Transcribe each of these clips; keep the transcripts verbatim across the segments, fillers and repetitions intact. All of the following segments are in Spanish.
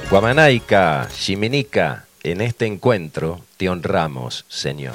Guamanaica, Ximinica, en este encuentro te honramos, Señor.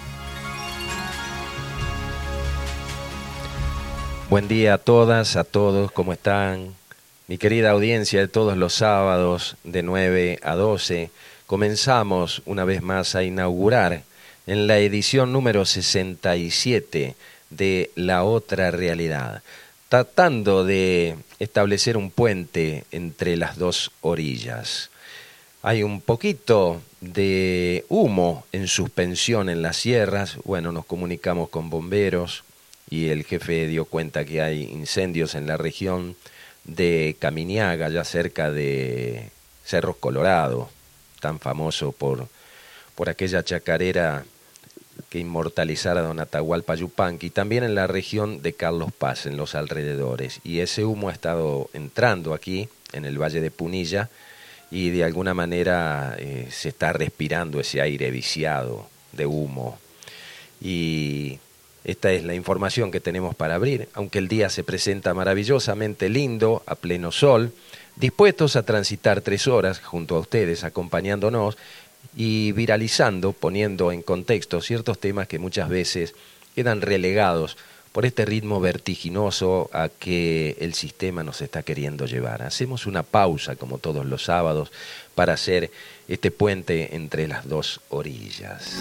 Buen día a todas, a todos, ¿cómo están? Mi querida audiencia de todos los sábados de nueve a doce, comenzamos una vez más a inaugurar en la edición número sesenta y siete de La Otra Realidad, tratando de establecer un puente entre las dos orillas. Hay un poquito de humo en suspensión en las sierras. Bueno, nos comunicamos con bomberos y el jefe dio cuenta que hay incendios en la región de Caminiaga, ya cerca de Cerros Colorado, tan famoso por, por aquella chacarera que inmortalizara a don Atahualpa Yupanqui, y también en la región de Carlos Paz, en los alrededores. Y ese humo ha estado entrando aquí, en el Valle de Punilla, y de alguna manera eh, se está respirando ese aire viciado de humo. Y esta es la información que tenemos para abrir, aunque el día se presenta maravillosamente lindo, a pleno sol, dispuestos a transitar tres horas junto a ustedes, acompañándonos y viralizando, poniendo en contexto ciertos temas que muchas veces quedan relegados por este ritmo vertiginoso a que el sistema nos está queriendo llevar. Hacemos una pausa, como todos los sábados, para hacer este puente entre las dos orillas.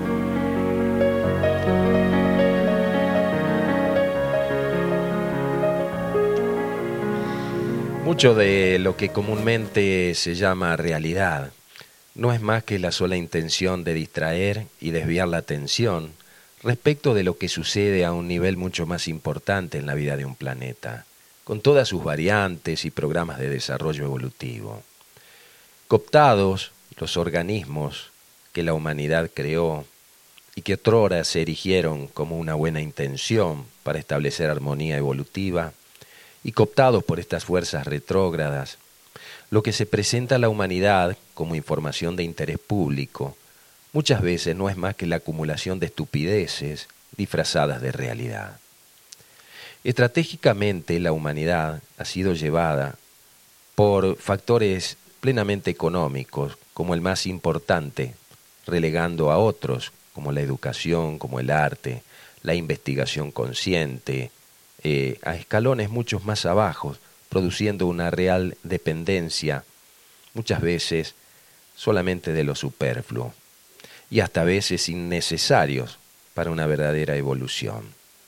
Mucho de lo que comúnmente se llama realidad no es más que la sola intención de distraer y desviar la atención respecto de lo que sucede a un nivel mucho más importante en la vida de un planeta, con todas sus variantes y programas de desarrollo evolutivo. Cooptados los organismos que la humanidad creó y que otrora se erigieron como una buena intención para establecer armonía evolutiva, y cooptados por estas fuerzas retrógradas, lo que se presenta a la humanidad como información de interés público muchas veces no es más que la acumulación de estupideces disfrazadas de realidad. Estratégicamente la humanidad ha sido llevada por factores plenamente económicos como el más importante, relegando a otros como la educación, como el arte, la investigación consciente, eh, a escalones muchos más abajo, produciendo una real dependencia, muchas veces solamente de lo superfluo, y hasta a veces innecesarios para una verdadera evolución.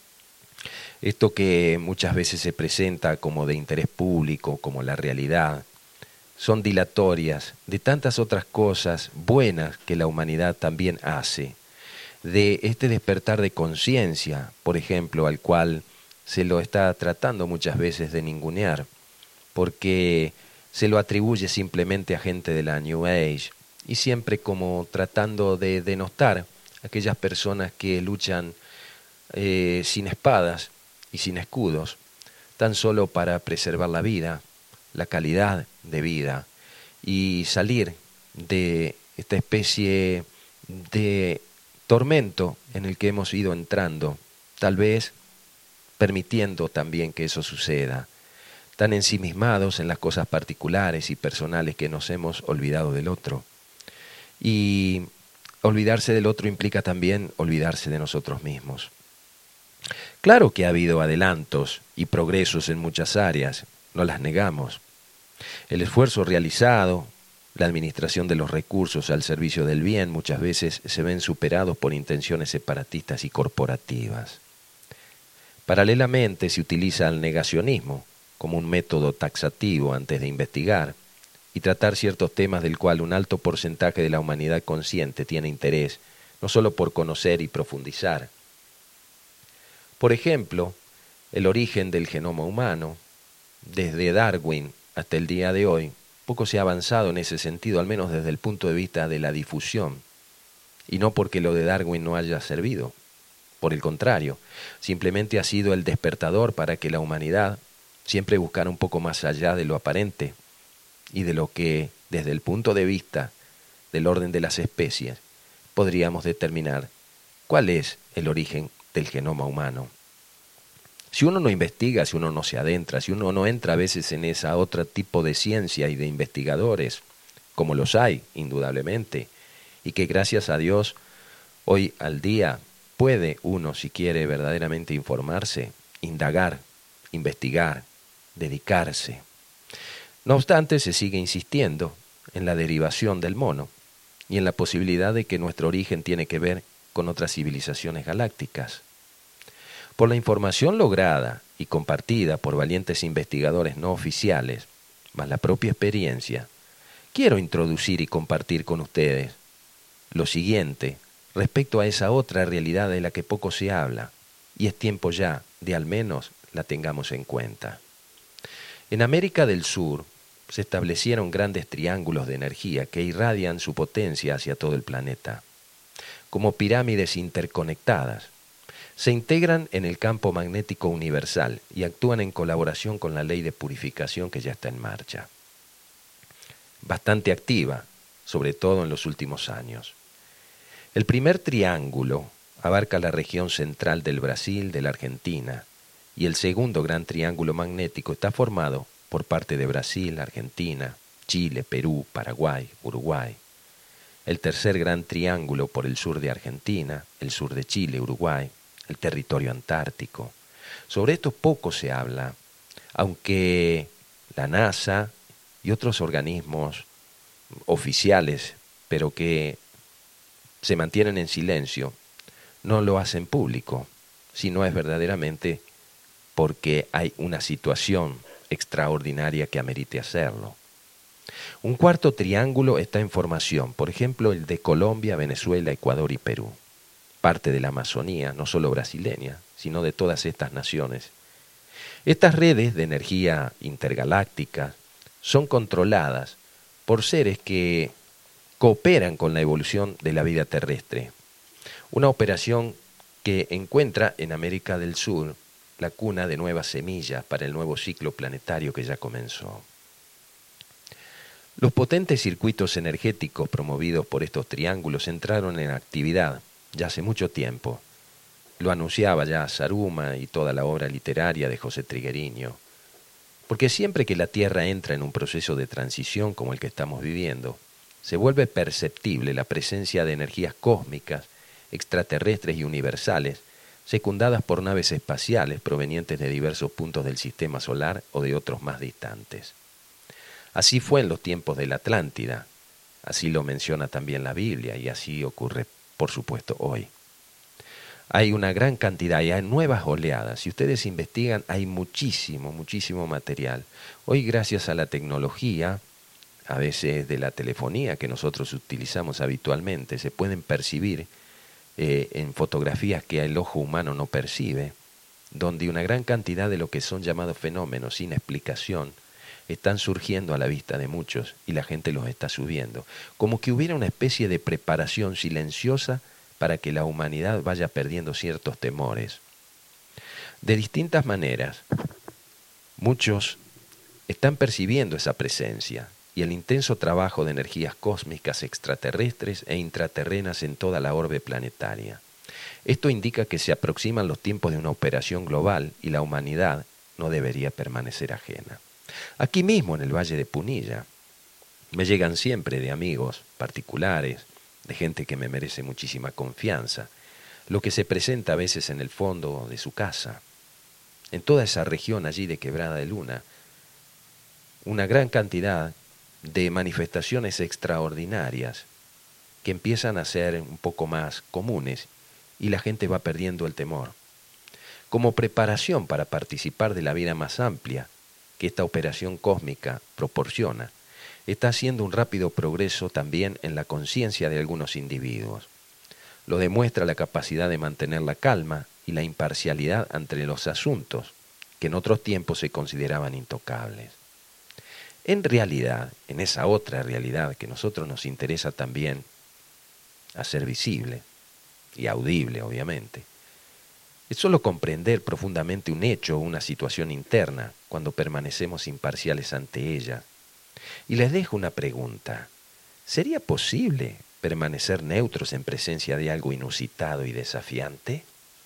Esto que muchas veces se presenta como de interés público, como la realidad, son dilatorias de tantas otras cosas buenas que la humanidad también hace, de este despertar de conciencia, por ejemplo, al cual se lo está tratando muchas veces de ningunear, porque se lo atribuye simplemente a gente de la New Age, y siempre como tratando de denostar a aquellas personas que luchan eh, sin espadas y sin escudos, tan solo para preservar la vida, la calidad de vida, y salir de esta especie de tormento en el que hemos ido entrando, tal vez permitiendo también que eso suceda, tan ensimismados en las cosas particulares y personales que nos hemos olvidado del otro. Y olvidarse del otro implica también olvidarse de nosotros mismos. Claro que ha habido adelantos y progresos en muchas áreas, no las negamos. El esfuerzo realizado, la administración de los recursos al servicio del bien muchas veces se ven superados por intenciones separatistas y corporativas. Paralelamente se utiliza el negacionismo como un método taxativo antes de investigar y tratar ciertos temas del cual un alto porcentaje de la humanidad consciente tiene interés, no solo por conocer y profundizar. Por ejemplo, el origen del genoma humano, desde Darwin hasta el día de hoy, poco se ha avanzado en ese sentido, al menos desde el punto de vista de la difusión, y no porque lo de Darwin no haya servido. Por el contrario, simplemente ha sido el despertador para que la humanidad siempre buscara un poco más allá de lo aparente y de lo que, desde el punto de vista del orden de las especies, podríamos determinar cuál es el origen del genoma humano. Si uno no investiga, si uno no se adentra, si uno no entra a veces en ese otro tipo de ciencia y de investigadores, como los hay, indudablemente, y que gracias a Dios, hoy al día, puede uno, si quiere verdaderamente informarse, indagar, investigar, dedicarse. No obstante, se sigue insistiendo en la derivación del mono y en la posibilidad de que nuestro origen tiene que ver con otras civilizaciones galácticas. Por la información lograda y compartida por valientes investigadores no oficiales, más la propia experiencia, quiero introducir y compartir con ustedes lo siguiente respecto a esa otra realidad de la que poco se habla, y es tiempo ya de al menos la tengamos en cuenta. En América del Sur se establecieron grandes triángulos de energía que irradian su potencia hacia todo el planeta, como pirámides interconectadas. Se integran en el campo magnético universal y actúan en colaboración con la ley de purificación que ya está en marcha. Bastante activa, sobre todo en los últimos años. El primer triángulo abarca la región central del Brasil, de la Argentina, y el segundo gran triángulo magnético está formado por parte de Brasil, Argentina, Chile, Perú, Paraguay, Uruguay. El tercer gran triángulo por el sur de Argentina, el sur de Chile, Uruguay, el territorio antártico. Sobre esto poco se habla, aunque la NASA y otros organismos oficiales, pero que se mantienen en silencio, no lo hacen público, sino es verdaderamente porque hay una situación extraordinaria que amerite hacerlo. Un cuarto triángulo está en formación, por ejemplo el de Colombia, Venezuela, Ecuador y Perú, parte de la Amazonía, no solo brasileña, sino de todas estas naciones. Estas redes de energía intergaláctica son controladas por seres que cooperan con la evolución de la vida terrestre. Una operación que encuentra en América del Sur la cuna de nuevas semillas para el nuevo ciclo planetario que ya comenzó. Los potentes circuitos energéticos promovidos por estos triángulos entraron en actividad ya hace mucho tiempo. Lo anunciaba ya Saruma y toda la obra literaria de José Triguerio. Porque siempre que la Tierra entra en un proceso de transición como el que estamos viviendo, se vuelve perceptible la presencia de energías cósmicas, extraterrestres y universales, secundadas por naves espaciales provenientes de diversos puntos del sistema solar o de otros más distantes. Así fue en los tiempos de la Atlántida, así lo menciona también la Biblia y así ocurre, por supuesto, hoy. Hay una gran cantidad y hay nuevas oleadas. Si ustedes investigan, hay muchísimo, muchísimo material. Hoy, gracias a la tecnología, a veces de la telefonía que nosotros utilizamos habitualmente, se pueden percibir eh, en fotografías que el ojo humano no percibe, donde una gran cantidad de lo que son llamados fenómenos sin explicación están surgiendo a la vista de muchos y la gente los está subiendo. Como que hubiera una especie de preparación silenciosa para que la humanidad vaya perdiendo ciertos temores. De distintas maneras, muchos están percibiendo esa presencia y el intenso trabajo de energías cósmicas extraterrestres e intraterrenas en toda la orbe planetaria. Esto indica que se aproximan los tiempos de una operación global y la humanidad no debería permanecer ajena. Aquí mismo en el Valle de Punilla me llegan siempre de amigos particulares, de gente que me merece muchísima confianza, lo que se presenta a veces en el fondo de su casa. En toda esa región allí de Quebrada de Luna, una gran cantidad de manifestaciones extraordinarias que empiezan a ser un poco más comunes y la gente va perdiendo el temor. Como preparación para participar de la vida más amplia que esta operación cósmica proporciona, está haciendo un rápido progreso también en la conciencia de algunos individuos. Lo demuestra la capacidad de mantener la calma y la imparcialidad ante los asuntos que en otros tiempos se consideraban intocables. En realidad, en esa otra realidad que a nosotros nos interesa también hacer visible y audible, obviamente, es solo comprender profundamente un hecho o una situación interna cuando permanecemos imparciales ante ella. Y les dejo una pregunta. ¿Sería posible permanecer neutros en presencia de algo inusitado y desafiante?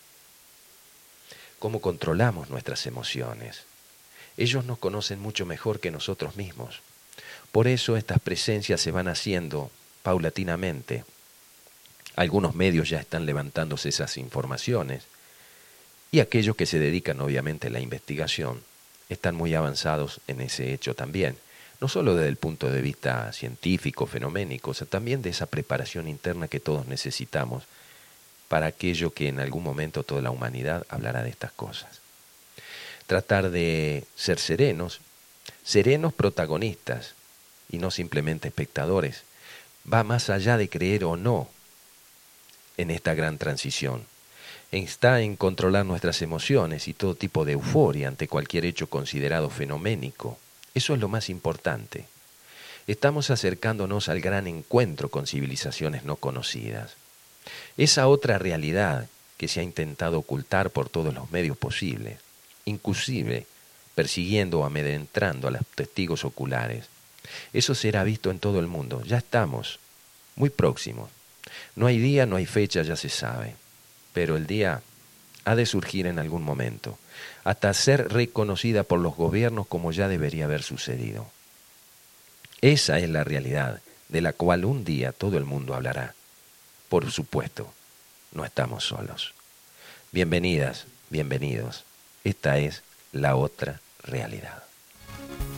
¿Cómo controlamos nuestras emociones? Ellos nos conocen mucho mejor que nosotros mismos. Por eso estas presencias se van haciendo paulatinamente. Algunos medios ya están levantándose esas informaciones y aquellos que se dedican obviamente a la investigación están muy avanzados en ese hecho también. No solo desde el punto de vista científico, fenoménico, sino también de esa preparación interna que todos necesitamos para aquello que en algún momento toda la humanidad hablará de estas cosas. Tratar de ser serenos, serenos protagonistas y no simplemente espectadores, va más allá de creer o no en esta gran transición. Está en controlar nuestras emociones y todo tipo de euforia ante cualquier hecho considerado fenoménico. Eso es lo más importante. Estamos acercándonos al gran encuentro con civilizaciones no conocidas. Esa otra realidad que se ha intentado ocultar por todos los medios posibles, inclusive persiguiendo o amedrentando a los testigos oculares. Eso será visto en todo el mundo. Ya estamos muy próximos. No hay día, no hay fecha, ya se sabe. Pero el día ha de surgir en algún momento, hasta ser reconocida por los gobiernos como ya debería haber sucedido. Esa es la realidad de la cual un día todo el mundo hablará. Por supuesto, no estamos solos. Bienvenidas, bienvenidos. Esta es la otra realidad.